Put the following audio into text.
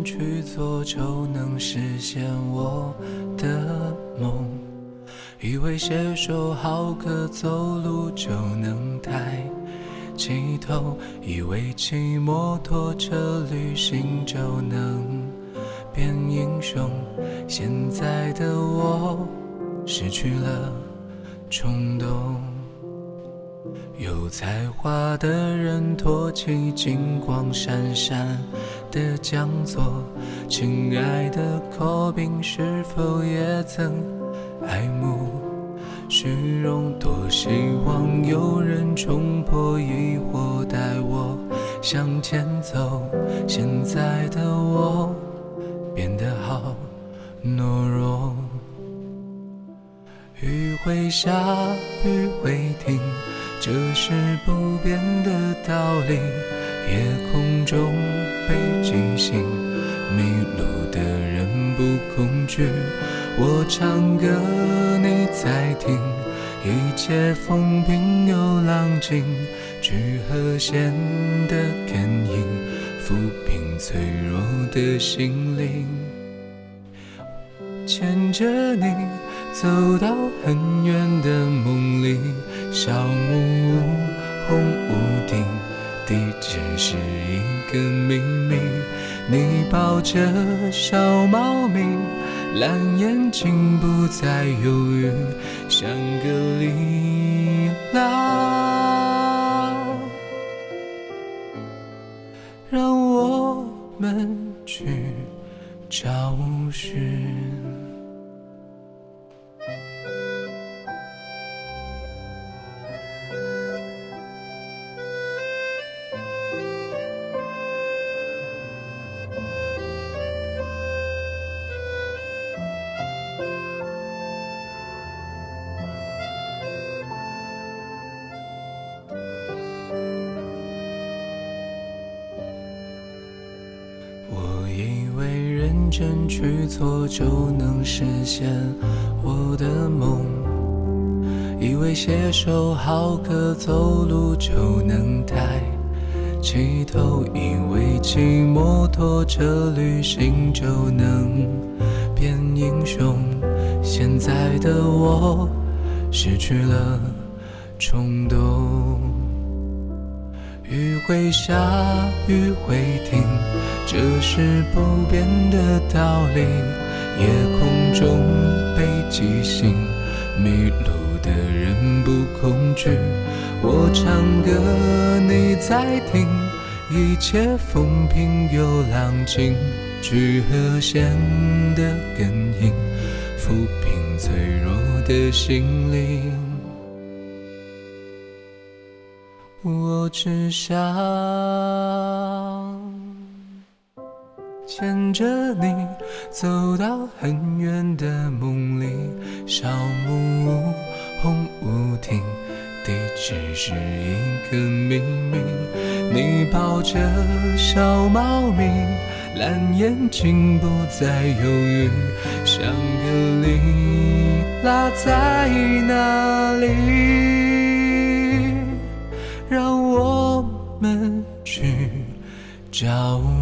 去做就能实现我的梦，以为携手好歌走路就能抬起头，以为骑摩托车旅行就能变英雄，现在的我失去了冲动。有才华的人托起金光闪闪的讲座，亲爱的口宾是否也曾爱慕虚荣？多希望有人冲破疑惑带我向前走，现在的我变得好懦弱。雨会下，雨会停，这是不变的道理。夜空中北极星，迷路的人不恐惧。我唱歌你在听，一切风平又浪静，去和弦的根音，抚平脆弱的心灵。牵着你走到很远的梦里，小木屋，红屋顶，地址是一个秘密。你抱着小猫咪，蓝眼睛不再犹豫，香格里拉，让我们去找寻。我以为认真去做就能实现我的梦，以为携手好歌走路就能抬起头，以为骑摩托车旅行就能变英雄，现在的我失去了冲动。雨会下，雨会停，这是不变的道理。夜空中北极星，迷路的人不恐惧。我唱歌你在听，一切风平又浪静，去和弦的根音，抚平脆弱的心灵。我只想牵着你走到很远的梦里，小木屋，红屋顶，地址是一个秘密。你抱着小猫咪，蓝眼睛不再犹豫，香格里拉在哪里？让我们去找